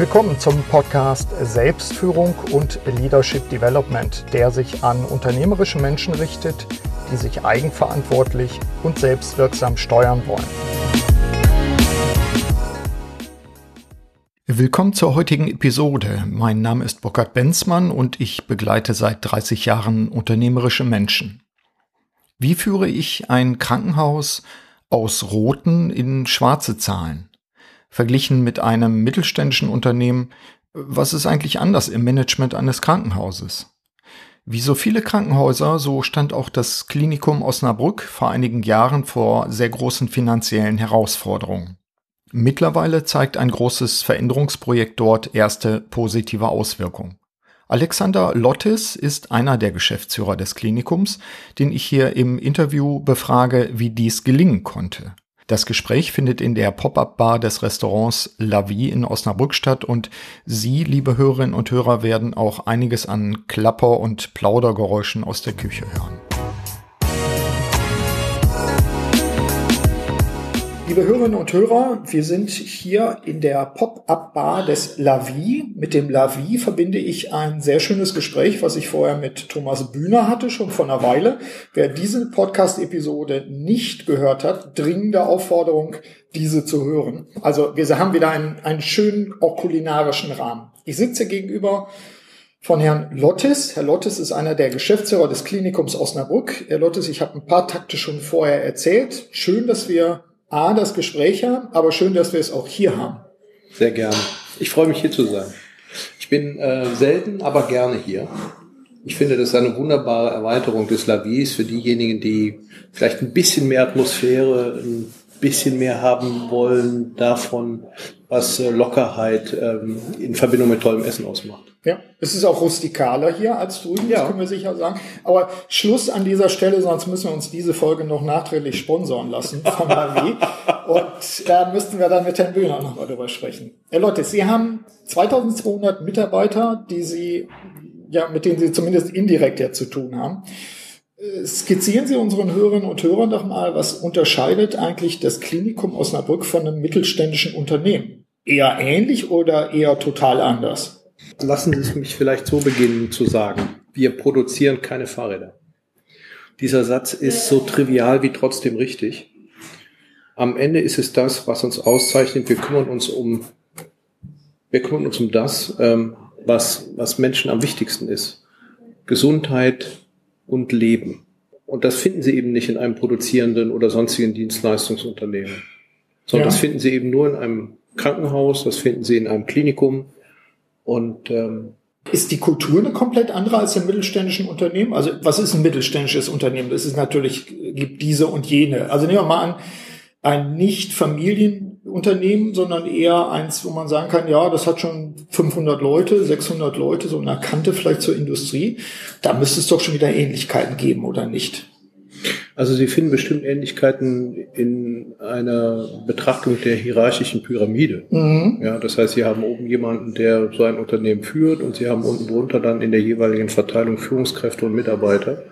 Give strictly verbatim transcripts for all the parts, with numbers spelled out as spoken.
Willkommen zum Podcast Selbstführung und Leadership Development, der sich an unternehmerische Menschen richtet, die sich eigenverantwortlich und selbstwirksam steuern wollen. Willkommen zur heutigen Episode. Mein Name ist Burkhard Benzmann und ich begleite seit dreißig Jahren unternehmerische Menschen. Wie führe ich ein Krankenhaus aus roten in schwarze Zahlen? Verglichen mit einem mittelständischen Unternehmen, was ist eigentlich anders im Management eines Krankenhauses? Wie so viele Krankenhäuser, so stand auch das Klinikum Osnabrück vor einigen Jahren vor sehr großen finanziellen Herausforderungen. Mittlerweile zeigt ein großes Veränderungsprojekt dort erste positive Auswirkungen. Alexander Lottis ist einer der Geschäftsführer des Klinikums, den ich hier im Interview befrage, wie dies gelingen konnte. Das Gespräch findet in der Pop-up-Bar des Restaurants La Vie in Osnabrück statt und Sie, liebe Hörerinnen und Hörer, werden auch einiges an Klapper- und Plaudergeräuschen aus der Küche hören. Liebe Hörerinnen und Hörer, wir sind hier in der Pop-up-Bar des La Vie. Mit dem La Vie verbinde ich ein sehr schönes Gespräch, was ich vorher mit Thomas Bühner hatte, schon vor einer Weile. Wer diese Podcast-Episode nicht gehört hat, dringende Aufforderung, diese zu hören. Also wir haben wieder einen, einen schönen, auch kulinarischen Rahmen. Ich sitze gegenüber von Herrn Lottis. Herr Lottis ist einer der Geschäftsführer des Klinikums Osnabrück. Herr Lottis, ich habe ein paar Takte schon vorher erzählt. Schön, dass wir A, das Gespräch haben, aber schön, dass wir es auch hier haben. Sehr gerne. Ich freue mich, hier zu sein. Ich bin äh, selten, aber gerne hier. Ich finde, das ist eine wunderbare Erweiterung des La Vies für diejenigen, die vielleicht ein bisschen mehr Atmosphäre, ein bisschen mehr haben wollen davon, was äh, Lockerheit ähm, in Verbindung mit tollem Essen ausmacht. Ja, es ist auch rustikaler hier als drüben, ja. Das können wir sicher sagen. Aber Schluss an dieser Stelle, sonst müssen wir uns diese Folge noch nachträglich sponsoren lassen von La Vie. Und da müssten wir dann mit Herrn Bühner nochmal drüber sprechen. Herr Lottis, Sie haben zweitausendzweihundert Mitarbeiter, die Sie, ja, mit denen Sie zumindest indirekt ja zu tun haben. Skizzieren Sie unseren Hörerinnen und Hörern doch mal, was unterscheidet eigentlich das Klinikum Osnabrück von einem mittelständischen Unternehmen? Eher ähnlich oder eher total anders? Lassen Sie es mich vielleicht so beginnen zu sagen. Wir produzieren keine Fahrräder. Dieser Satz ist so trivial wie trotzdem richtig. Am Ende ist es das, was uns auszeichnet. Wir kümmern uns um, wir kümmern uns um das, was, was Menschen am wichtigsten ist. Gesundheit und Leben. Und das finden Sie eben nicht in einem produzierenden oder sonstigen Dienstleistungsunternehmen, sondern ja. Das finden Sie eben nur in einem Krankenhaus, das finden Sie in einem Klinikum. Und ähm, ist die Kultur eine komplett andere als im mittelständischen Unternehmen? Also was ist ein mittelständisches Unternehmen? Das ist natürlich, gibt diese und jene. Also nehmen wir mal an, ein nicht Familienunternehmen, sondern eher eins, wo man sagen kann, ja, das hat schon fünfhundert Leute, sechshundert Leute, so eine Kante vielleicht zur Industrie. Da müsste es doch schon wieder Ähnlichkeiten geben, oder nicht? Also Sie finden bestimmt Ähnlichkeiten in einer Betrachtung der hierarchischen Pyramide. Mhm. Ja, das heißt, Sie haben oben jemanden, der so ein Unternehmen führt, und Sie haben unten drunter dann in der jeweiligen Verteilung Führungskräfte und Mitarbeiter.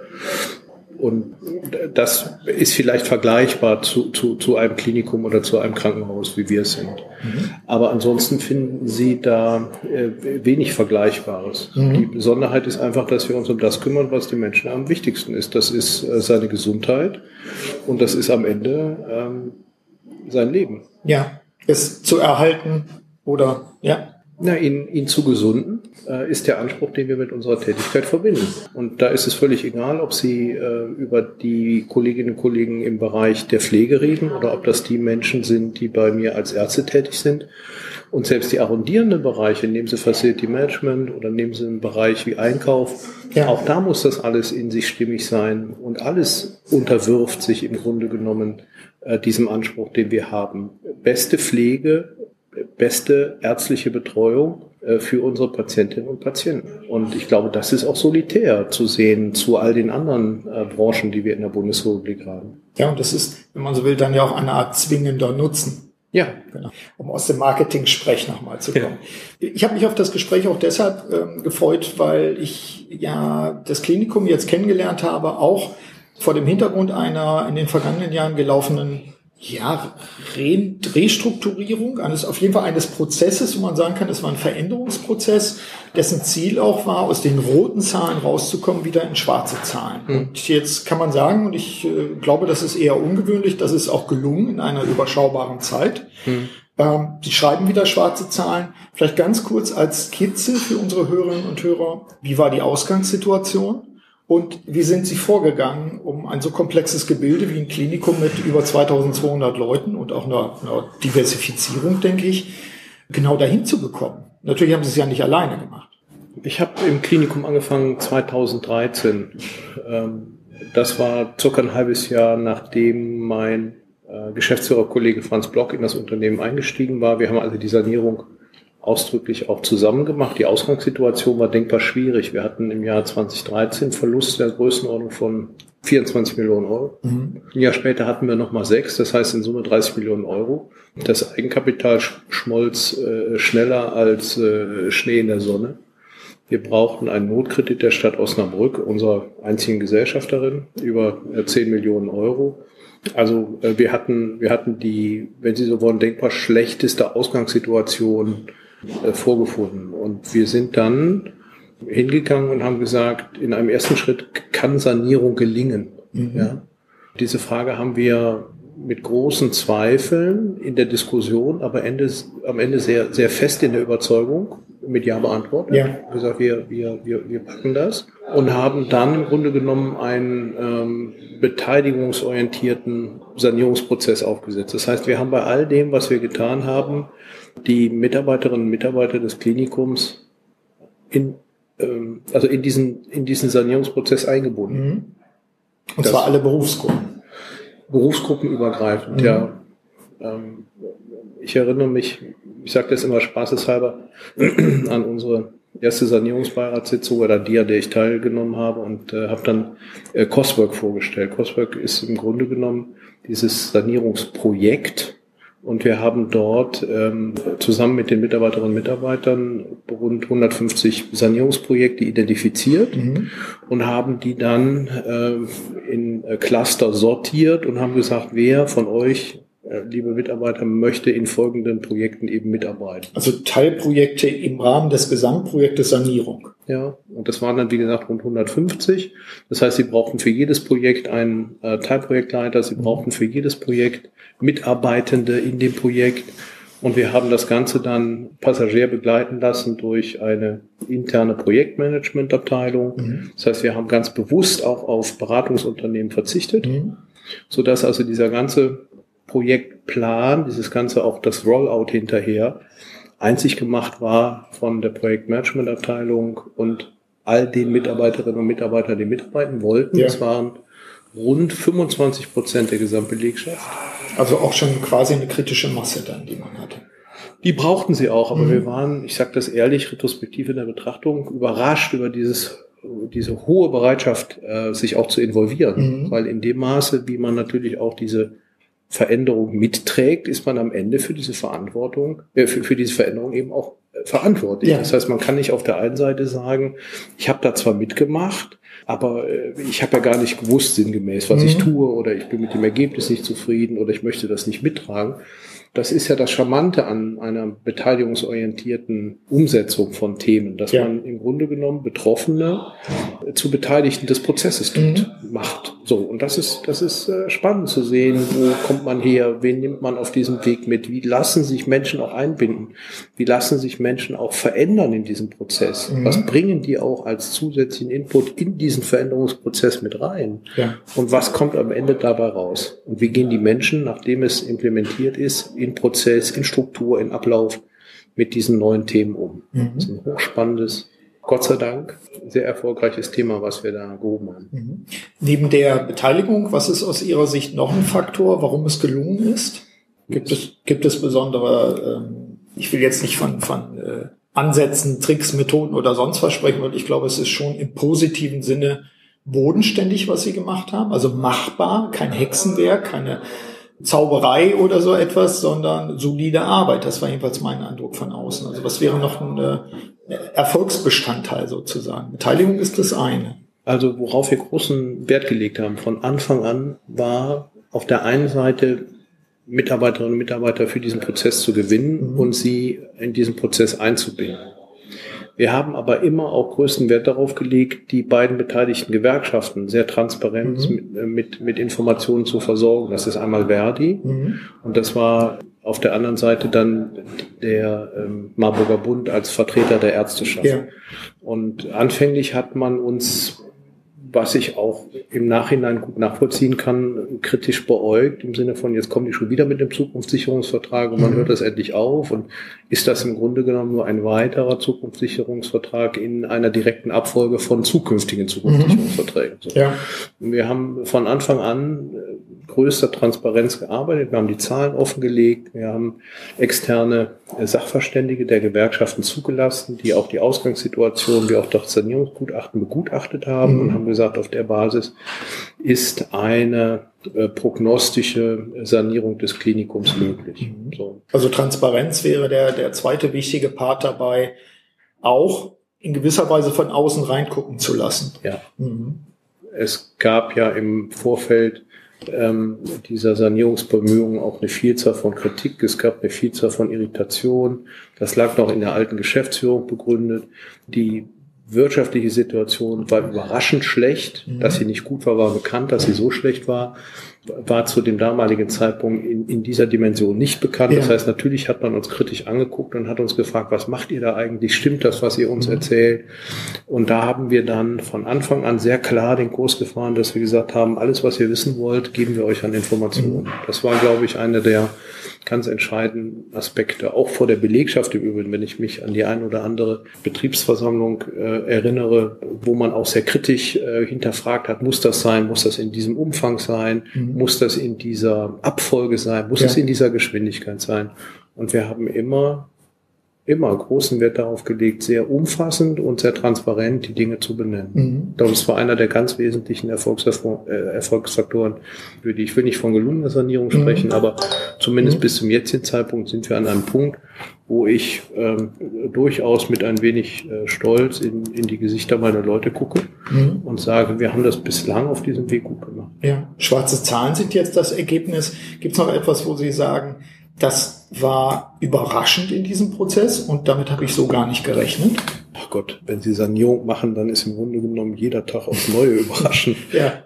Und das ist vielleicht vergleichbar zu, zu, zu einem Klinikum oder zu einem Krankenhaus, wie wir es sind. Mhm. Aber ansonsten finden Sie da äh, wenig Vergleichbares. Mhm. Die Besonderheit ist einfach, dass wir uns um das kümmern, was den Menschen am wichtigsten ist. Das ist äh, seine Gesundheit und das ist am Ende ähm, sein Leben. Ja, es zu erhalten oder, ja. Na, ihn, ihn zu gesunden äh, ist der Anspruch, den wir mit unserer Tätigkeit verbinden. Und da ist es völlig egal, ob Sie äh, über die Kolleginnen und Kollegen im Bereich der Pflege reden oder ob das die Menschen sind, die bei mir als Ärzte tätig sind. Und selbst die arrondierenden Bereiche, nehmen Sie Facility Management oder nehmen Sie einen Bereich wie Einkauf, ja. Auch da muss das alles in sich stimmig sein. Und alles unterwirft sich im Grunde genommen äh, diesem Anspruch, den wir haben. Beste Pflege, beste ärztliche Betreuung äh, für unsere Patientinnen und Patienten. Und ich glaube, das ist auch solitär zu sehen zu all den anderen äh, Branchen, die wir in der Bundesrepublik haben. Ja, und das ist, wenn man so will, dann ja auch eine Art zwingender Nutzen. Ja. Genau. Um aus dem Marketing-Sprech nochmal zu kommen. Ja. Ich habe mich auf das Gespräch auch deshalb ähm, gefreut, weil ich ja das Klinikum jetzt kennengelernt habe, auch vor dem Hintergrund einer in den vergangenen Jahren gelaufenen Ja, Re- Restrukturierung eines, auf jeden Fall eines Prozesses, wo man sagen kann, es war ein Veränderungsprozess, dessen Ziel auch war, aus den roten Zahlen rauszukommen, wieder in schwarze Zahlen. Mhm. Und jetzt kann man sagen, und ich äh, glaube, das ist eher ungewöhnlich, das ist auch gelungen in einer überschaubaren Zeit. Mhm. Ähm, Sie schreiben wieder schwarze Zahlen. Vielleicht ganz kurz als Skizze für unsere Hörerinnen und Hörer, wie war die Ausgangssituation? Und wie sind Sie vorgegangen, um ein so komplexes Gebilde wie ein Klinikum mit über zweitausendzweihundert Leuten und auch einer, einer Diversifizierung, denke ich, genau dahin zu bekommen? Natürlich haben Sie es ja nicht alleine gemacht. Ich habe im Klinikum angefangen zweitausenddreizehn. Das war circa ein halbes Jahr, nachdem mein Geschäftsführerkollege Franz Block in das Unternehmen eingestiegen war. Wir haben also die Sanierung ausdrücklich auch zusammen gemacht. Die Ausgangssituation war denkbar schwierig. Wir hatten im Jahr zweitausenddreizehn Verlust der Größenordnung von vierundzwanzig Millionen Euro. Mhm. Ein Jahr später hatten wir nochmal sechs, das heißt in Summe dreißig Millionen Euro. Das Eigenkapital schmolz äh, schneller als äh, Schnee in der Sonne. Wir brauchten einen Notkredit der Stadt Osnabrück, unserer einzigen Gesellschafterin, über äh, zehn Millionen Euro. Also äh, wir hatten, wir hatten die, wenn Sie so wollen, denkbar schlechteste Ausgangssituation äh, vorgefunden. Und wir sind dann hingegangen und haben gesagt, in einem ersten Schritt kann Sanierung gelingen. Mhm. Ja? Diese Frage haben wir mit großen Zweifeln in der Diskussion, aber Ende, am Ende sehr, sehr fest in der Überzeugung mit Ja beantwortet. Ja. Wir haben gesagt, wir, wir, wir, wir packen das und haben dann im Grunde genommen einen ähm, beteiligungsorientierten Sanierungsprozess aufgesetzt. Das heißt, wir haben bei all dem, was wir getan haben, die Mitarbeiterinnen und Mitarbeiter des Klinikums in, ähm, also in diesen, in diesen Sanierungsprozess eingebunden. Mhm. Und das zwar alle Berufsgruppen. Berufsgruppenübergreifend, mhm. ja. Ähm, ich erinnere mich, ich sage das immer spaßeshalber, an unsere erste Sanierungsbeiratssitzung oder die, an der ich teilgenommen habe und äh, habe dann äh, Coswork vorgestellt. Coswork ist im Grunde genommen dieses Sanierungsprojekt und wir haben dort ähm, zusammen mit den Mitarbeiterinnen und Mitarbeitern rund hundertfünfzig Sanierungsprojekte identifiziert mhm. und haben die dann äh, in äh, Cluster sortiert und haben gesagt, wer von euch, äh, liebe Mitarbeiter, möchte in folgenden Projekten eben mitarbeiten. Also Teilprojekte im Rahmen des Gesamtprojektes Sanierung. Ja, und das waren dann, wie gesagt, rund hundertfünfzig. Das heißt, Sie brauchten für jedes Projekt einen äh, Teilprojektleiter, Sie brauchten für jedes Projekt Mitarbeitende in dem Projekt. Und wir haben das Ganze dann passagier begleiten lassen durch eine interne Projektmanagementabteilung. Mhm. Das heißt, wir haben ganz bewusst auch auf Beratungsunternehmen verzichtet, mhm. sodass also dieser ganze Projektplan, dieses ganze auch das Rollout hinterher einzig gemacht war von der Projektmanagementabteilung und all den Mitarbeiterinnen und Mitarbeitern, die mitarbeiten wollten. Ja. Das waren rund fünfundzwanzig Prozent der Gesamtbelegschaft. Also auch schon quasi eine kritische Masse dann, die man hatte. Die brauchten sie auch, aber mhm. wir waren, ich sage das ehrlich, retrospektiv in der Betrachtung, überrascht über dieses, diese hohe Bereitschaft, äh, sich auch zu involvieren. Mhm. Weil in dem Maße, wie man natürlich auch diese Veränderung mitträgt, ist man am Ende für diese Verantwortung, äh, für, für diese Veränderung eben auch äh, verantwortlich. Ja. Das heißt, man kann nicht auf der einen Seite sagen, ich habe da zwar mitgemacht, aber äh, ich habe ja gar nicht gewusst, sinngemäß, was mhm. ich tue, oder ich bin mit dem Ergebnis nicht zufrieden oder ich möchte das nicht mittragen. Das ist ja das Charmante an einer beteiligungsorientierten Umsetzung von Themen, dass ja. man im Grunde genommen Betroffene zu Beteiligten des Prozesses tut, mhm. macht. So, und das ist, das ist äh, spannend zu sehen, wo kommt man her, wen nimmt man auf diesem Weg mit, wie lassen sich Menschen auch einbinden, wie lassen sich Menschen auch verändern in diesem Prozess, mhm. was bringen die auch als zusätzlichen Input in diesen Veränderungsprozess mit rein ja. und was kommt am Ende dabei raus und wie gehen die Menschen, nachdem es implementiert ist, in Prozess, in Struktur, in Ablauf mit diesen neuen Themen um. Mhm. Das ist ein hochspannendes, Gott sei Dank, sehr erfolgreiches Thema, was wir da gehoben haben. Mhm. Neben der Beteiligung, was ist aus Ihrer Sicht noch ein Faktor, warum es gelungen ist? Gibt es, gibt es besondere, ähm, ich will jetzt nicht von, von äh, Ansätzen, Tricks, Methoden oder sonst was sprechen, weil ich glaube, es ist schon im positiven Sinne bodenständig, was Sie gemacht haben, also machbar, kein Hexenwerk, keine Zauberei oder so etwas, sondern solide Arbeit. Das war jedenfalls mein Eindruck von außen. Also was wäre noch ein äh, Erfolgsbestandteil sozusagen? Beteiligung ist das eine. Also worauf wir großen Wert gelegt haben von Anfang an, war auf der einen Seite Mitarbeiterinnen und Mitarbeiter für diesen Prozess zu gewinnen mhm. und sie in diesen Prozess einzubinden. Wir haben aber immer auch größten Wert darauf gelegt, die beiden beteiligten Gewerkschaften sehr transparent mhm. mit, mit, mit Informationen zu versorgen. Das ist einmal Verdi mhm. und das war auf der anderen Seite dann der ähm, Marburger Bund als Vertreter der Ärzteschaft. Ja. Und anfänglich hat man uns, was ich auch im Nachhinein gut nachvollziehen kann, kritisch beäugt, im Sinne von, jetzt kommen die schon wieder mit dem Zukunftssicherungsvertrag und man mhm. hört das endlich auf. Und ist das im Grunde genommen nur ein weiterer Zukunftssicherungsvertrag in einer direkten Abfolge von zukünftigen Zukunftssicherungsverträgen? So. Ja. Wir haben von Anfang an größter Transparenz gearbeitet. Wir haben die Zahlen offengelegt. Wir haben externe Sachverständige der Gewerkschaften zugelassen, die auch die Ausgangssituation wie auch das Sanierungsgutachten begutachtet haben mhm. und haben gesagt, auf der Basis ist eine äh, prognostische Sanierung des Klinikums möglich. Mhm. So. Also Transparenz wäre der, der zweite wichtige Part dabei, auch in gewisser Weise von außen reingucken zu lassen. Ja. Mhm. Es gab ja im Vorfeld Ähm, dieser Sanierungsbemühungen auch eine Vielzahl von Kritik. Es gab eine Vielzahl von Irritation. Das lag noch in der alten Geschäftsführung begründet. Die wirtschaftliche Situation war überraschend schlecht. Mhm. Dass sie nicht gut war, war bekannt. Dass sie so schlecht war, war zu dem damaligen Zeitpunkt in, in dieser Dimension nicht bekannt. Ja. Das heißt, natürlich hat man uns kritisch angeguckt und hat uns gefragt, was macht ihr da eigentlich? Stimmt das, was ihr uns mhm. erzählt? Und da haben wir dann von Anfang an sehr klar den Kurs gefahren, dass wir gesagt haben, alles, was ihr wissen wollt, geben wir euch an Informationen. Mhm. Das war, glaube ich, einer der ganz entscheidenden Aspekte, auch vor der Belegschaft im Übrigen, wenn ich mich an die ein oder andere Betriebsversammlung äh, erinnere, wo man auch sehr kritisch äh, hinterfragt hat, muss das sein, muss das in diesem Umfang sein, mhm. muss das in dieser Abfolge sein, muss ja. es in dieser Geschwindigkeit sein. Und wir haben immer immer großen Wert darauf gelegt, sehr umfassend und sehr transparent die Dinge zu benennen. Mhm. Das war einer der ganz wesentlichen Erfolgsfaktoren, für die ich will nicht von gelungener Sanierung sprechen, mhm. aber zumindest mhm. bis zum jetzigen Zeitpunkt sind wir an einem Punkt, wo ich ähm, durchaus mit ein wenig äh, Stolz in, in die Gesichter meiner Leute gucke mhm. und sage, wir haben das bislang auf diesem Weg gut gemacht. Ja, schwarze Zahlen sind jetzt das Ergebnis. Gibt es noch etwas, wo Sie sagen, das war überraschend in diesem Prozess und damit habe ich so gar nicht gerechnet? Ach Gott, wenn Sie Sanierung machen, dann ist im Grunde genommen jeder Tag aufs Neue überraschend. ja.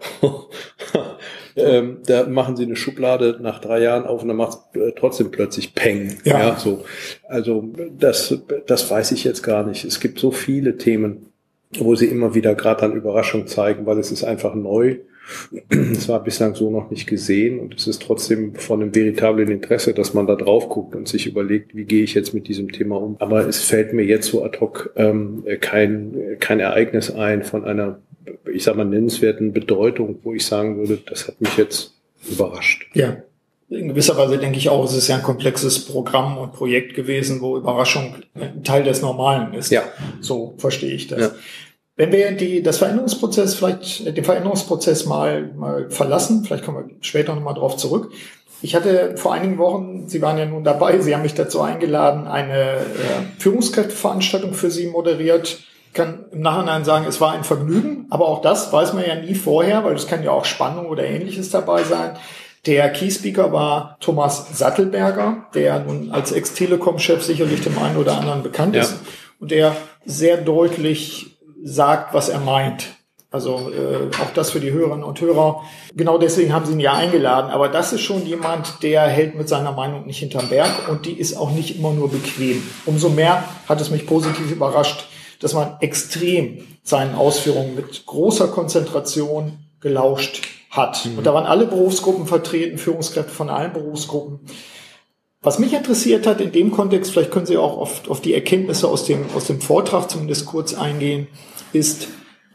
ähm, da machen Sie eine Schublade nach drei Jahren auf und dann macht es äh, trotzdem plötzlich Peng. Ja. ja, so. Also das, das weiß ich jetzt gar nicht. Es gibt so viele Themen, wo Sie immer wieder gerade an Überraschung zeigen, weil es ist einfach neu. Es war bislang so noch nicht gesehen und es ist trotzdem von einem veritablen Interesse, dass man da drauf guckt und sich überlegt, wie gehe ich jetzt mit diesem Thema um. Aber es fällt mir jetzt so ad hoc ähm, kein, kein Ereignis ein von einer, ich sag mal, nennenswerten Bedeutung, wo ich sagen würde, das hat mich jetzt überrascht. Ja. In gewisser Weise denke ich auch, es ist ja ein komplexes Programm und Projekt gewesen, wo Überraschung ein Teil des Normalen ist. Ja. So verstehe ich das. Ja. Wenn wir die, das Veränderungsprozess, vielleicht den Veränderungsprozess mal, mal verlassen, vielleicht kommen wir später nochmal drauf zurück. Ich hatte vor einigen Wochen, Sie waren ja nun dabei, Sie haben mich dazu eingeladen, eine äh, Führungskräfteveranstaltung für Sie moderiert. Ich kann im Nachhinein sagen, es war ein Vergnügen, aber auch das weiß man ja nie vorher, weil es kann ja auch Spannung oder Ähnliches dabei sein. Der Key-Speaker war Thomas Sattelberger, der nun als Ex-Telekom-Chef sicherlich dem einen oder anderen bekannt ist, ja. und der sehr deutlich sagt, was er meint. Also äh, auch das für die Hörerinnen und Hörer. Genau deswegen haben Sie ihn ja eingeladen. Aber das ist schon jemand, der hält mit seiner Meinung nicht hinterm Berg und die ist auch nicht immer nur bequem. Umso mehr hat es mich positiv überrascht, dass man extrem seinen Ausführungen mit großer Konzentration gelauscht hat. Mhm. Und da waren alle Berufsgruppen vertreten, Führungskräfte von allen Berufsgruppen. Was mich interessiert hat in dem Kontext, vielleicht können Sie auch auf, auf die Erkenntnisse aus dem, aus dem Vortrag zumindest kurz eingehen, ist,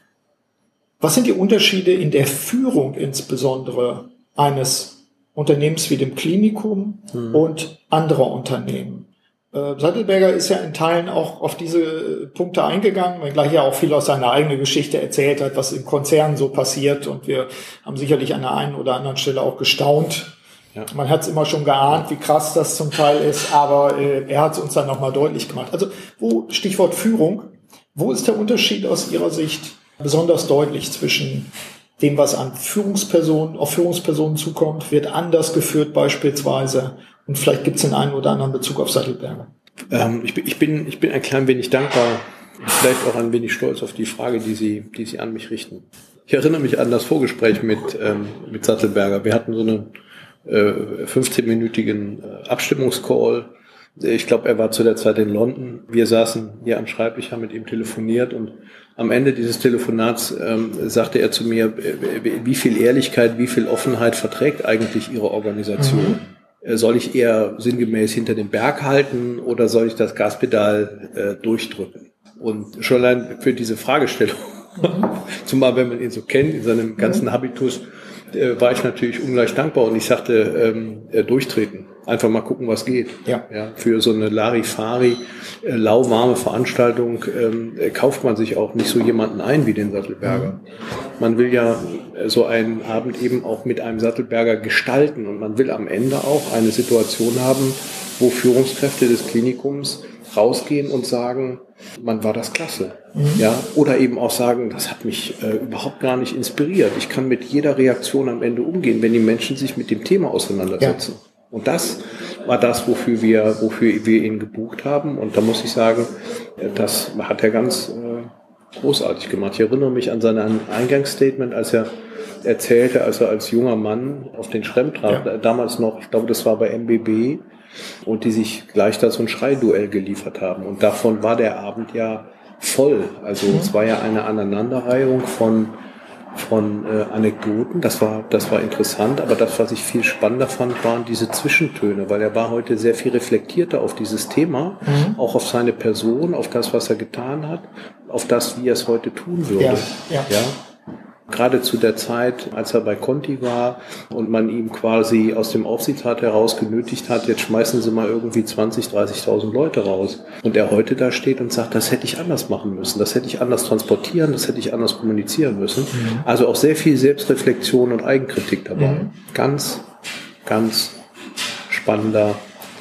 was sind die Unterschiede in der Führung insbesondere eines Unternehmens wie dem Klinikum mhm. und anderer Unternehmen? Äh, Sattelberger ist ja in Teilen auch auf diese Punkte eingegangen, weil gleich ja auch viel aus seiner eigenen Geschichte erzählt hat, was im Konzern so passiert. Und wir haben sicherlich an der einen oder anderen Stelle auch gestaunt. Ja. Man hat es immer schon geahnt, wie krass das zum Teil ist, aber äh, er hat es uns dann nochmal deutlich gemacht. Also wo, Stichwort Führung, wo ist der Unterschied aus Ihrer Sicht besonders deutlich zwischen dem, was an Führungspersonen, auf Führungspersonen zukommt, wird anders geführt beispielsweise. Und vielleicht gibt es den einen oder anderen Bezug auf Sattelberger. Ähm, ich, bin, ich, bin, ich bin ein klein wenig dankbar, vielleicht auch ein wenig stolz auf die Frage, die Sie, die Sie an mich richten. Ich erinnere mich an das Vorgespräch mit, ähm, mit Sattelberger. Wir hatten so einen äh, fünfzehnminütigen äh, Abstimmungscall. Ich glaube, er war zu der Zeit in London. Wir saßen hier am Schreibtisch, haben mit ihm telefoniert und am Ende dieses Telefonats ähm, sagte er zu mir, wie viel Ehrlichkeit, wie viel Offenheit verträgt eigentlich Ihre Organisation? Mhm. Soll ich eher sinngemäß hinter dem Berg halten oder soll ich das Gaspedal äh, durchdrücken? Und schon allein für diese Fragestellung, mhm. zumal wenn man ihn so kennt, in seinem ganzen mhm. Habitus, äh, war ich natürlich ungleich dankbar und ich sagte, ähm, äh, durchtreten. Einfach mal gucken, was geht. Ja. Ja, für so eine Larifari, äh, lauwarme Veranstaltung ähm, äh, kauft man sich auch nicht so jemanden ein wie den Sattelberger. Mhm. Man will ja äh, so einen Abend eben auch mit einem Sattelberger gestalten und man will am Ende auch eine Situation haben, wo Führungskräfte des Klinikums rausgehen und sagen, man war das klasse. Mhm. Ja, oder eben auch sagen, das hat mich äh, überhaupt gar nicht inspiriert. Ich kann mit jeder Reaktion am Ende umgehen, wenn die Menschen sich mit dem Thema auseinandersetzen. Ja. Und das war das, wofür wir, wofür wir ihn gebucht haben. Und da muss ich sagen, das hat er ganz äh, großartig gemacht. Ich erinnere mich an sein Eingangsstatement, als er erzählte, als er als junger Mann auf den Schremm trat, ja. damals noch, ich glaube, das war bei M B B, und die sich gleich da so ein Schreiduell geliefert haben. Und davon war der Abend ja voll. Also mhm. es war ja eine Aneinanderreihung von von äh, Anekdoten, das war das war interessant, aber das, was ich viel spannender fand, waren diese Zwischentöne, weil er war heute sehr viel reflektierter auf dieses Thema, mhm. auch auf seine Person, auf das, was er getan hat, auf das, wie er es heute tun würde. Ja, ja. Ja? Gerade zu der Zeit, als er bei Conti war und man ihm quasi aus dem Aufsichtsrat heraus genötigt hat, jetzt schmeißen Sie mal irgendwie zwanzig, dreißigtausend Leute raus. Und er heute da steht und sagt, das hätte ich anders machen müssen, das hätte ich anders transportieren, das hätte ich anders kommunizieren müssen. Mhm. Also auch sehr viel Selbstreflexion und Eigenkritik dabei. Mhm. Ganz, ganz spannender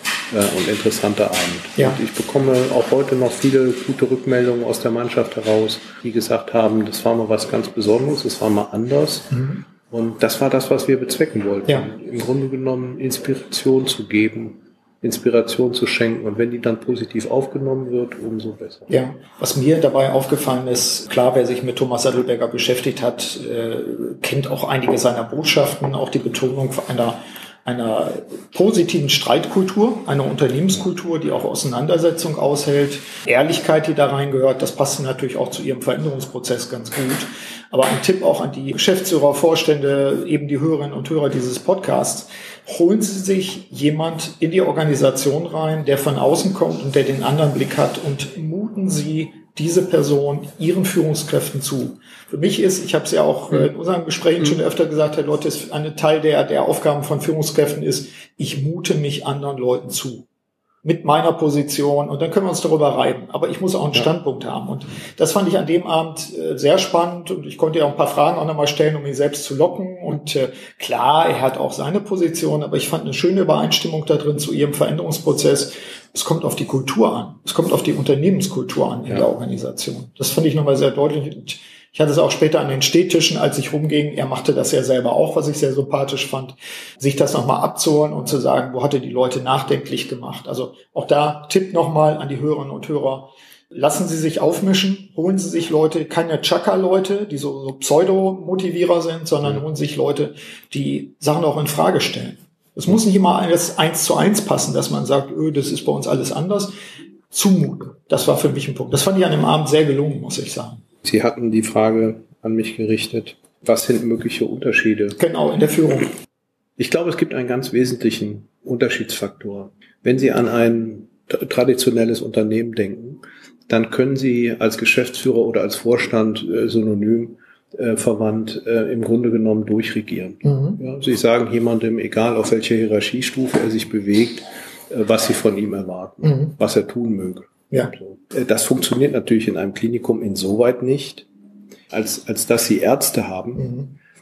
und interessanter Abend. Ja. Und ich bekomme auch heute noch viele gute Rückmeldungen aus der Mannschaft heraus, die gesagt haben, das war mal was ganz Besonderes, das war mal anders. Mhm. Und das war das, was wir bezwecken wollten. Ja. Im Grunde genommen Inspiration zu geben, Inspiration zu schenken. Und wenn die dann positiv aufgenommen wird, umso besser. Ja, was mir dabei aufgefallen ist, klar, wer sich mit Thomas Sattelberger beschäftigt hat, äh, kennt auch einige seiner Botschaften, auch die Betonung einer einer positiven Streitkultur, einer Unternehmenskultur, die auch Auseinandersetzung aushält, Ehrlichkeit, die da reingehört, das passt natürlich auch zu ihrem Veränderungsprozess ganz gut. Aber ein Tipp auch an die Geschäftsführer, Vorstände, eben die Hörerinnen und Hörer dieses Podcasts: Holen Sie sich jemand in die Organisation rein, der von außen kommt und der den anderen Blick hat, und muten Sie diese Person Ihren Führungskräften zu. Für mich ist, ich habe es ja auch in unseren Gesprächen schon öfter gesagt, Herr Leute, ist ein Teil der, der Aufgaben von Führungskräften ist, ich mute mich anderen Leuten zu. Mit meiner Position, und dann können wir uns darüber reiben. Aber ich muss auch einen ja. Standpunkt haben. Und das fand ich an dem Abend äh, sehr spannend, und ich konnte ja auch ein paar Fragen auch nochmal stellen, um ihn selbst zu locken. Und äh, klar, er hat auch seine Position, aber ich fand eine schöne Übereinstimmung da drin zu ihrem Veränderungsprozess. Es kommt auf die Kultur an. Es kommt auf die Unternehmenskultur an in ja. der Organisation. Das fand ich nochmal sehr deutlich. Und ich hatte es auch später an den Stehtischen, als ich rumging. Er machte das ja selber auch, was ich sehr sympathisch fand, sich das nochmal abzuholen und zu sagen, wo hatte die Leute nachdenklich gemacht. Also auch da Tipp nochmal an die Hörerinnen und Hörer: Lassen Sie sich aufmischen, holen Sie sich Leute, keine Chaka-Leute, die so, so Pseudo-Motivierer sind, sondern holen sich Leute, die Sachen auch in Frage stellen. Es muss nicht immer alles eins zu eins passen, dass man sagt, öh, das ist bei uns alles anders. Zumuten, das war für mich ein Punkt. Das fand ich an dem Abend sehr gelungen, muss ich sagen. Sie hatten die Frage an mich gerichtet, was sind mögliche Unterschiede? Genau, in der Führung. Ich glaube, es gibt einen ganz wesentlichen Unterschiedsfaktor. Wenn Sie an ein traditionelles Unternehmen denken, dann können Sie als Geschäftsführer oder als Vorstand äh, synonym äh, verwandt äh, im Grunde genommen durchregieren. Mhm. Ja, Sie sagen jemandem, egal auf welcher Hierarchiestufe er sich bewegt, äh, was Sie von ihm erwarten, mhm. was er tun möge. Ja. Das funktioniert natürlich in einem Klinikum insoweit nicht, als, als dass Sie Ärzte haben, mhm.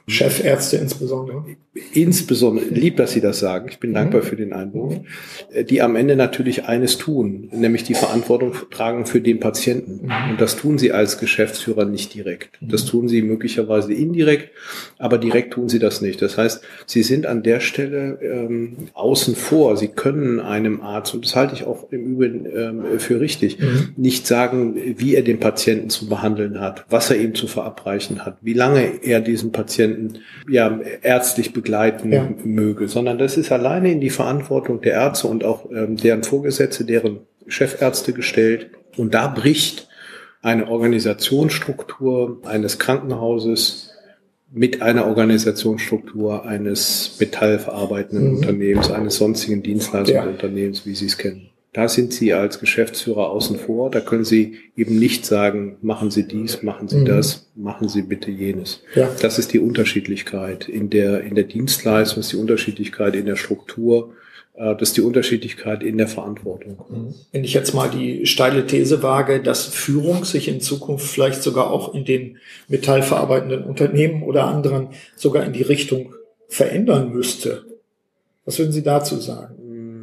Chefärzte insbesondere. Insbesondere, lieb, dass Sie das sagen. Ich bin mhm. dankbar für den Einwurf. Die am Ende natürlich eines tun, nämlich die Verantwortung tragen für den Patienten. Mhm. Und das tun sie als Geschäftsführer nicht direkt. Mhm. Das tun sie möglicherweise indirekt, aber direkt tun sie das nicht. Das heißt, sie sind an der Stelle ähm, außen vor. Sie können einem Arzt, und das halte ich auch im Übrigen ähm, für richtig, mhm. nicht sagen, wie er den Patienten zu behandeln hat, was er ihm zu verabreichen hat, wie lange er diesen Patienten ja ärztlich begleiten ja. möge, sondern das ist alleine in die Verantwortung der Ärzte und auch ähm, deren Vorgesetzte, deren Chefärzte gestellt. Und da bricht eine Organisationsstruktur eines Krankenhauses mit einer Organisationsstruktur eines metallverarbeitenden mhm. Unternehmens, eines sonstigen Dienstleistungsunternehmens, ja. wie Sie es kennen. Da sind Sie als Geschäftsführer außen vor. Da können Sie eben nicht sagen, machen Sie dies, machen Sie mhm. das, machen Sie bitte jenes. Ja. Das ist die Unterschiedlichkeit in der, in der Dienstleistung, das ist die Unterschiedlichkeit in der Struktur, das ist die Unterschiedlichkeit in der Verantwortung. Wenn ich jetzt mal die steile These wage, dass Führung sich in Zukunft vielleicht sogar auch in den metallverarbeitenden Unternehmen oder anderen sogar in die Richtung verändern müsste. Was würden Sie dazu sagen?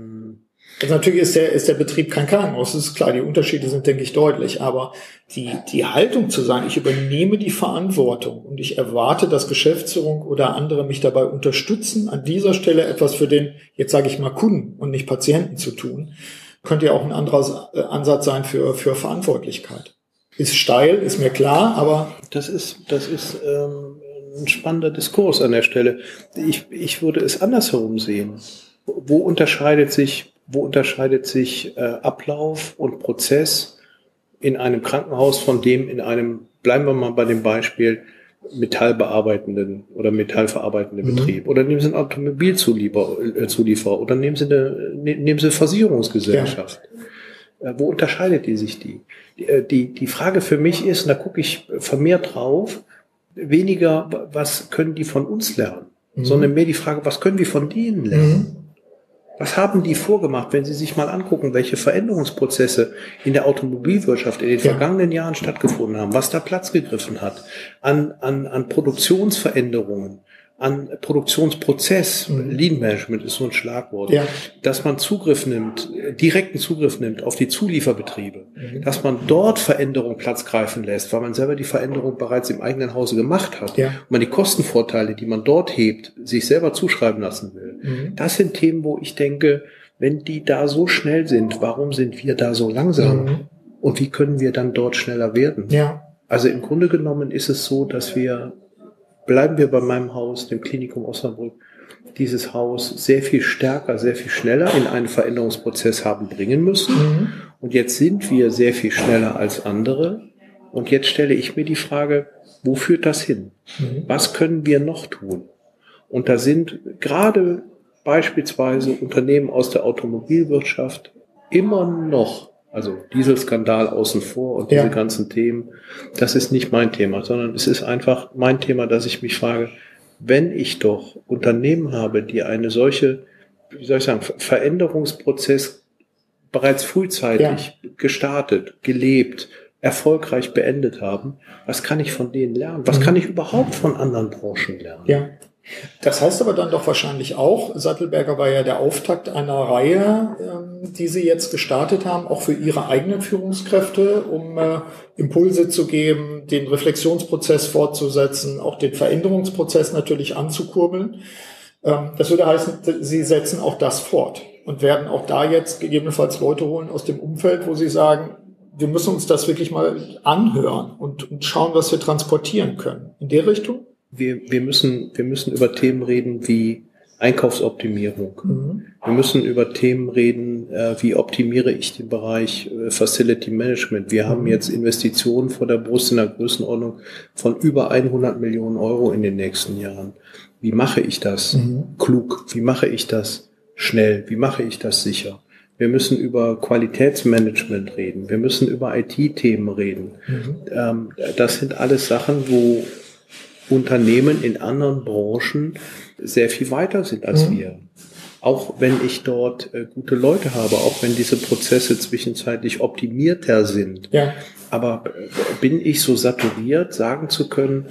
Also natürlich ist der, ist der Betrieb kein Krankenhaus, das ist klar, die Unterschiede sind, denke ich, deutlich, aber die, die Haltung zu sagen, ich übernehme die Verantwortung und ich erwarte, dass Geschäftsführung oder andere mich dabei unterstützen, an dieser Stelle etwas für den, jetzt sage ich mal, Kunden und nicht Patienten zu tun, könnte ja auch ein anderer Ansatz sein für, für Verantwortlichkeit. Ist steil, ist mir klar, aber... Das ist, das ist ähm, ein spannender Diskurs an der Stelle. Ich, ich würde es andersherum sehen. Wo unterscheidet sich Wo unterscheidet sich äh, Ablauf und Prozess in einem Krankenhaus von dem in einem, bleiben wir mal bei dem Beispiel, metallbearbeitenden oder metallverarbeitenden mhm. Betrieb. Oder nehmen Sie einen Automobilzulieferer oder nehmen Sie eine, nehmen Sie eine Versicherungsgesellschaft. Ja. Äh, wo unterscheidet die sich die? Die, die? die Frage für mich ist, und da gucke ich vermehrt drauf, weniger, was können die von uns lernen, mhm. sondern mehr die Frage, was können wir von denen lernen? Mhm. Was haben die vorgemacht, wenn Sie sich mal angucken, welche Veränderungsprozesse in der Automobilwirtschaft in den ja. vergangenen Jahren stattgefunden haben, was da Platz gegriffen hat, an, an, an Produktionsveränderungen, an Produktionsprozess, mhm. Lean Management ist so ein Schlagwort, ja. dass man Zugriff nimmt, direkten Zugriff nimmt auf die Zulieferbetriebe, mhm. dass man dort Veränderungen Platz greifen lässt, weil man selber die Veränderung bereits im eigenen Hause gemacht hat ja. und man die Kostenvorteile, die man dort hebt, sich selber zuschreiben lassen will. Mhm. Das sind Themen, wo ich denke, wenn die da so schnell sind, warum sind wir da so langsam? Mhm. Und wie können wir dann dort schneller werden? Ja. Also im Grunde genommen ist es so, dass wir bleiben wir bei meinem Haus, dem Klinikum Osnabrück, dieses Haus sehr viel stärker, sehr viel schneller in einen Veränderungsprozess haben bringen müssen. Mhm. Und jetzt sind wir sehr viel schneller als andere. Und jetzt stelle ich mir die Frage, wo führt das hin? Mhm. Was können wir noch tun? Und da sind gerade beispielsweise Unternehmen aus der Automobilwirtschaft immer noch, also Dieselskandal außen vor und diese ja. ganzen Themen, das ist nicht mein Thema, sondern es ist einfach mein Thema, dass ich mich frage, wenn ich doch Unternehmen habe, die eine solche, wie soll ich sagen, Veränderungsprozess bereits frühzeitig ja. gestartet, gelebt, erfolgreich beendet haben, was kann ich von denen lernen? Was mhm. kann ich überhaupt von anderen Branchen lernen? Ja. Das heißt aber dann doch wahrscheinlich auch, Sattelberger war ja der Auftakt einer Reihe, ähm, die Sie jetzt gestartet haben, auch für Ihre eigenen Führungskräfte, um äh, Impulse zu geben, den Reflexionsprozess fortzusetzen, auch den Veränderungsprozess natürlich anzukurbeln. Ähm, das würde heißen, Sie setzen auch das fort und werden auch da jetzt gegebenenfalls Leute holen aus dem Umfeld, wo Sie sagen, wir müssen uns das wirklich mal anhören und, und schauen, was wir transportieren können. In der Richtung? Wir, wir müssen, wir müssen über Themen reden wie Einkaufsoptimierung. Mhm. Wir müssen über Themen reden, äh, wie optimiere ich den Bereich äh, Facility Management. Wir mhm. haben jetzt Investitionen vor der Brust in der Größenordnung von über hundert Millionen Euro in den nächsten Jahren. Wie mache ich das mhm. klug? Wie mache ich das schnell? Wie mache ich das sicher? Wir müssen über Qualitätsmanagement reden. Wir müssen über I T-Themen reden. Mhm. Ähm, das sind alles Sachen, wo Unternehmen in anderen Branchen sehr viel weiter sind als mhm. wir. Auch wenn ich dort äh, gute Leute habe, auch wenn diese Prozesse zwischenzeitlich optimierter sind. Ja. Aber äh, bin ich so saturiert, sagen zu können,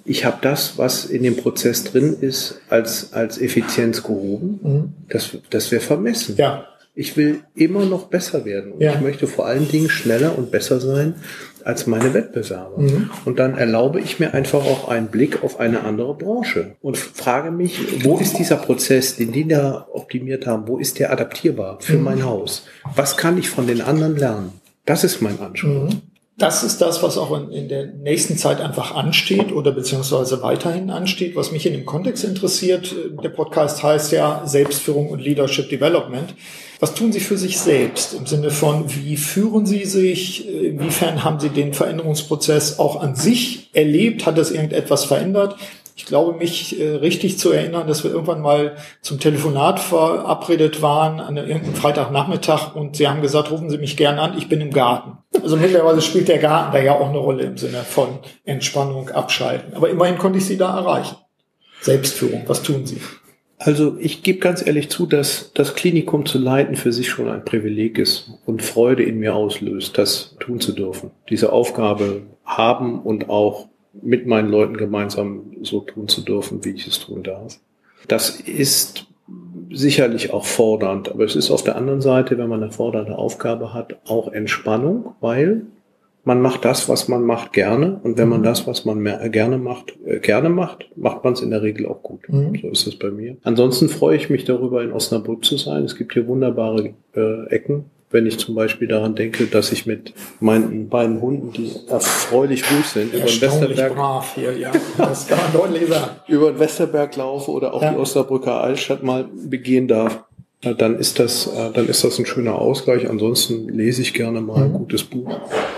ich habe das, was in dem Prozess drin ist, als, als Effizienz gehoben. Mhm. Das, das wäre vermessen. Ja. Ich will immer noch besser werden. Und ja. ich möchte vor allen Dingen schneller und besser sein als meine Wettbewerber. Mhm. Und dann erlaube ich mir einfach auch einen Blick auf eine andere Branche und frage mich, wo ist dieser Prozess, den die da optimiert haben, wo ist der adaptierbar für mhm. mein Haus? Was kann ich von den anderen lernen? Das ist mein Anspruch. Mhm. Das ist das, was auch in, in der nächsten Zeit einfach ansteht oder beziehungsweise weiterhin ansteht. Was mich in dem Kontext interessiert, der Podcast heißt ja Selbstführung und Leadership Development. Was tun Sie für sich selbst im Sinne von, wie führen Sie sich? Inwiefern haben Sie den Veränderungsprozess auch an sich erlebt? Hat das irgendetwas verändert? Ich glaube, mich äh, richtig zu erinnern, dass wir irgendwann mal zum Telefonat verabredet waren an irgendeinem Freitagnachmittag und Sie haben gesagt, rufen Sie mich gern an, ich bin im Garten. Also mittlerweile spielt der Garten da ja auch eine Rolle im Sinne von Entspannung, Abschalten. Aber immerhin konnte ich Sie da erreichen. Selbstführung, was tun Sie? Also ich gebe ganz ehrlich zu, dass das Klinikum zu leiten für sich schon ein Privileg ist und Freude in mir auslöst, das tun zu dürfen. Diese Aufgabe haben und auch mit meinen Leuten gemeinsam so tun zu dürfen, wie ich es tun darf. Das ist sicherlich auch fordernd, aber es ist auf der anderen Seite, wenn man eine fordernde Aufgabe hat, auch Entspannung, weil man macht das, was man macht, gerne. Und wenn man das, was man mehr, gerne macht, äh, gerne macht, macht man es in der Regel auch gut. Mhm. So ist es bei mir. Ansonsten freue ich mich darüber, in Osnabrück zu sein. Es gibt hier wunderbare äh, Ecken. Wenn ich zum Beispiel daran denke, dass ich mit meinen beiden Hunden, die erfreulich ruhig sind, über den Westerberg, brav hier, ja. Das kann man deutlich sagen. über den Westerberg laufe oder auch ja. die Osnabrücker Altstadt mal begehen darf, dann ist das, dann ist das ein schöner Ausgleich. Ansonsten lese ich gerne mal ein gutes Buch.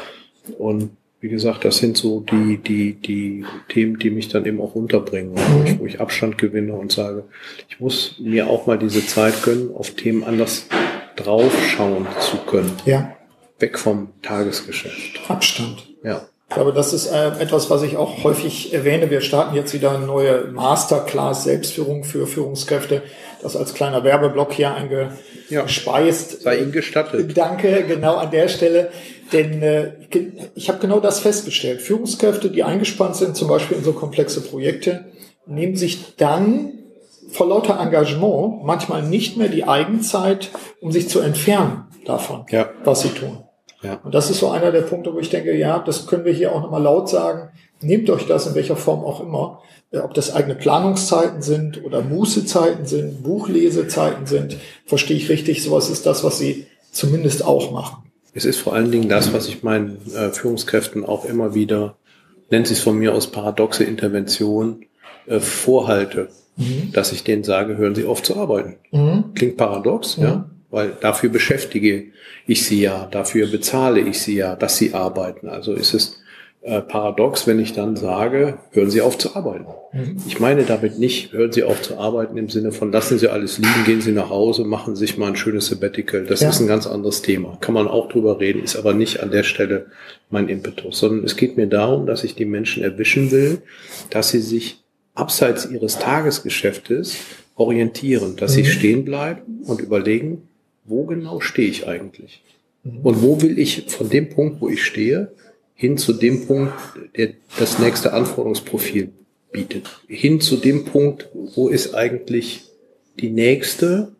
Und wie gesagt, das sind so die, die, die Themen, die mich dann eben auch runterbringen, wo ich, wo ich Abstand gewinne und sage, ich muss mir auch mal diese Zeit gönnen, auf Themen anders draufschauen zu können. Ja. Weg vom Tagesgeschäft. Abstand. Ja. Ich glaube, das ist äh, etwas, was ich auch häufig erwähne. Wir starten jetzt wieder eine neue Masterclass Selbstführung für Führungskräfte. Das als kleiner Werbeblock hier eingespeist. Ja. Sei Ihnen gestattet. Danke, genau an der Stelle. Denn äh, ich habe genau das festgestellt. Führungskräfte, die eingespannt sind, zum Beispiel in so komplexe Projekte, nehmen sich dann vor lauter Engagement manchmal nicht mehr die Eigenzeit, um sich zu entfernen davon, ja. was sie tun. Ja. Und das ist so einer der Punkte, wo ich denke, ja, das können wir hier auch nochmal laut sagen. Nehmt euch das in welcher Form auch immer. Ob das eigene Planungszeiten sind oder Mußezeiten sind, Buchlesezeiten sind, verstehe ich richtig. Sowas ist das, was sie zumindest auch machen. Es ist vor allen Dingen das, was ich meinen äh, Führungskräften auch immer wieder, nennt sie es von mir aus paradoxe Intervention, äh, vorhalte. Mhm. Dass ich denen sage, hören Sie auf zu arbeiten. Mhm. Klingt paradox, mhm. ja, weil dafür beschäftige ich Sie ja, dafür bezahle ich Sie ja, dass Sie arbeiten. Also ist es äh, paradox, wenn ich dann sage, hören Sie auf zu arbeiten. Mhm. Ich meine damit nicht, hören Sie auf zu arbeiten im Sinne von, lassen Sie alles liegen, gehen Sie nach Hause, machen Sie sich mal ein schönes Sabbatical. Das ja. ist ein ganz anderes Thema. Kann man auch drüber reden, ist aber nicht an der Stelle mein Impetus, sondern es geht mir darum, dass ich die Menschen erwischen will, dass sie sich abseits ihres Tagesgeschäftes orientieren, dass sie stehen bleiben und überlegen, wo genau stehe ich eigentlich? Und wo will ich von dem Punkt, wo ich stehe, hin zu dem Punkt, der das nächste Anforderungsprofil bietet? Hin zu dem Punkt, wo ist eigentlich die nächste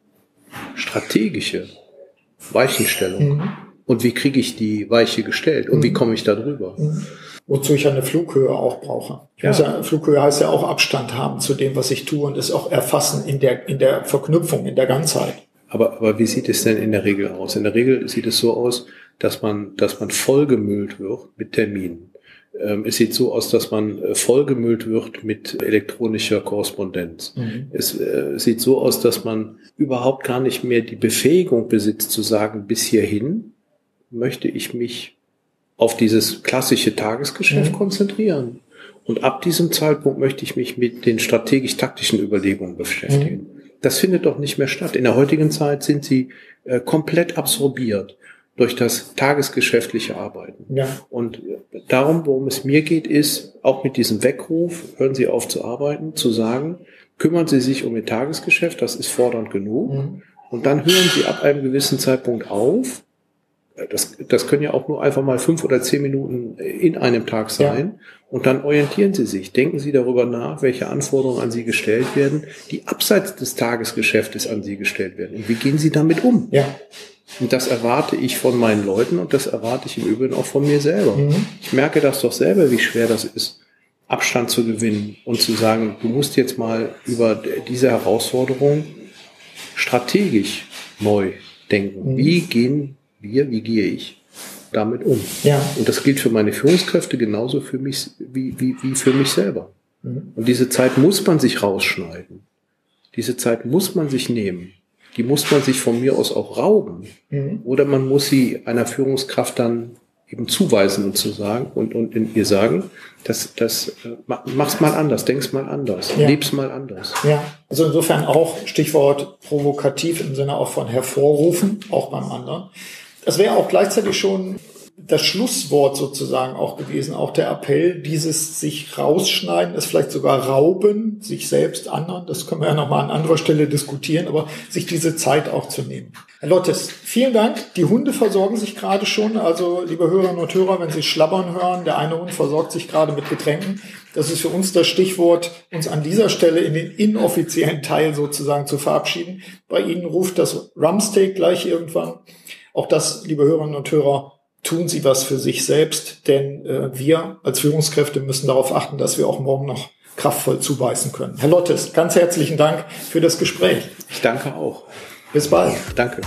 strategische Weichenstellung? Mhm. Und wie kriege ich die Weiche gestellt? Und mhm. wie komme ich da drüber? Mhm. Wozu ich eine Flughöhe auch brauche. Ich ja. muss ja, Flughöhe heißt ja auch Abstand haben zu dem, was ich tue und es auch erfassen in der, in der Verknüpfung, in der Ganzheit. Aber, aber wie sieht es denn in der Regel aus? In der Regel sieht es so aus, dass man, dass man vollgemüllt wird mit Terminen. Ähm, es sieht so aus, dass man äh, vollgemüllt wird mit elektronischer Korrespondenz. Mhm. Es äh, sieht so aus, dass man überhaupt gar nicht mehr die Befähigung besitzt zu sagen, bis hierhin möchte ich mich auf dieses klassische Tagesgeschäft mhm. konzentrieren. Und ab diesem Zeitpunkt möchte ich mich mit den strategisch-taktischen Überlegungen beschäftigen. Mhm. Das findet doch nicht mehr statt. In der heutigen Zeit sind sie äh, komplett absorbiert durch das tagesgeschäftliche Arbeiten. Ja. Und darum, worum es mir geht, ist, auch mit diesem Weckruf, hören Sie auf zu arbeiten, zu sagen, kümmern Sie sich um Ihr Tagesgeschäft, das ist fordernd genug. Mhm. Und dann hören Sie ab einem gewissen Zeitpunkt auf, Das, das können ja auch nur einfach mal fünf oder zehn Minuten in einem Tag sein. Ja. Und dann orientieren Sie sich. Denken Sie darüber nach, welche Anforderungen an Sie gestellt werden, die abseits des Tagesgeschäftes an Sie gestellt werden. Und wie gehen Sie damit um? Ja. Und das erwarte ich von meinen Leuten und das erwarte ich im Übrigen auch von mir selber. Mhm. Ich merke das doch selber, wie schwer das ist, Abstand zu gewinnen und zu sagen, du musst jetzt mal über diese Herausforderung strategisch neu denken. Mhm. Wie gehen wir, wie gehe ich damit um? Ja. Und das gilt für meine Führungskräfte genauso für mich wie, wie, wie für mich selber. Mhm. Und diese Zeit muss man sich rausschneiden. Diese Zeit muss man sich nehmen. Die muss man sich von mir aus auch rauben. Mhm. Oder man muss sie einer Führungskraft dann eben zuweisen und zu sagen und, und in ihr sagen, das, das, mach's mal anders, denk's mal anders, ja. leb's mal anders. Ja, also insofern auch Stichwort provokativ im Sinne auch von hervorrufen, auch beim anderen. Das wäre auch gleichzeitig schon das Schlusswort sozusagen auch gewesen, auch der Appell, dieses sich rausschneiden, es vielleicht sogar rauben, sich selbst, anderen, das können wir ja nochmal an anderer Stelle diskutieren, aber sich diese Zeit auch zu nehmen. Herr Lottes, vielen Dank. Die Hunde versorgen sich gerade schon, also liebe Hörerinnen und Hörer, wenn Sie schlabbern hören, der eine Hund versorgt sich gerade mit Getränken. Das ist für uns das Stichwort, uns an dieser Stelle in den inoffiziellen Teil sozusagen zu verabschieden. Bei Ihnen ruft das Rumsteak gleich irgendwann. Auch das, liebe Hörerinnen und Hörer, tun Sie was für sich selbst, denn äh, wir als Führungskräfte müssen darauf achten, dass wir auch morgen noch kraftvoll zubeißen können. Herr Lottes, ganz herzlichen Dank für das Gespräch. Ich danke auch. Bis bald. Danke.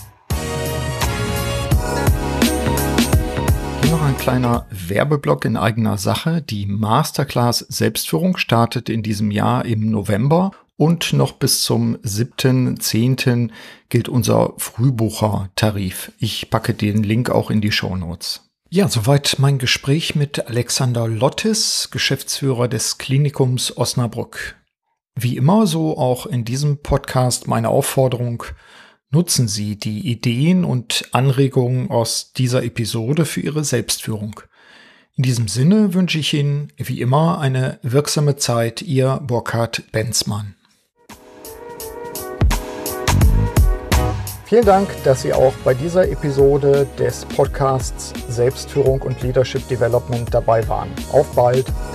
Hier noch ein kleiner Werbeblock in eigener Sache. Die Masterclass Selbstführung startet in diesem Jahr im November. Und noch bis zum siebten zehnten gilt unser Frühbuchertarif. Ich packe den Link auch in die Shownotes. Ja, soweit mein Gespräch mit Alexander Lottes, Geschäftsführer des Klinikums Osnabrück. Wie immer, so auch in diesem Podcast meine Aufforderung, nutzen Sie die Ideen und Anregungen aus dieser Episode für Ihre Selbstführung. In diesem Sinne wünsche ich Ihnen wie immer eine wirksame Zeit. Ihr Burkhard Benzmann. Vielen Dank, dass Sie auch bei dieser Episode des Podcasts Selbstführung und Leadership Development dabei waren. Auf bald!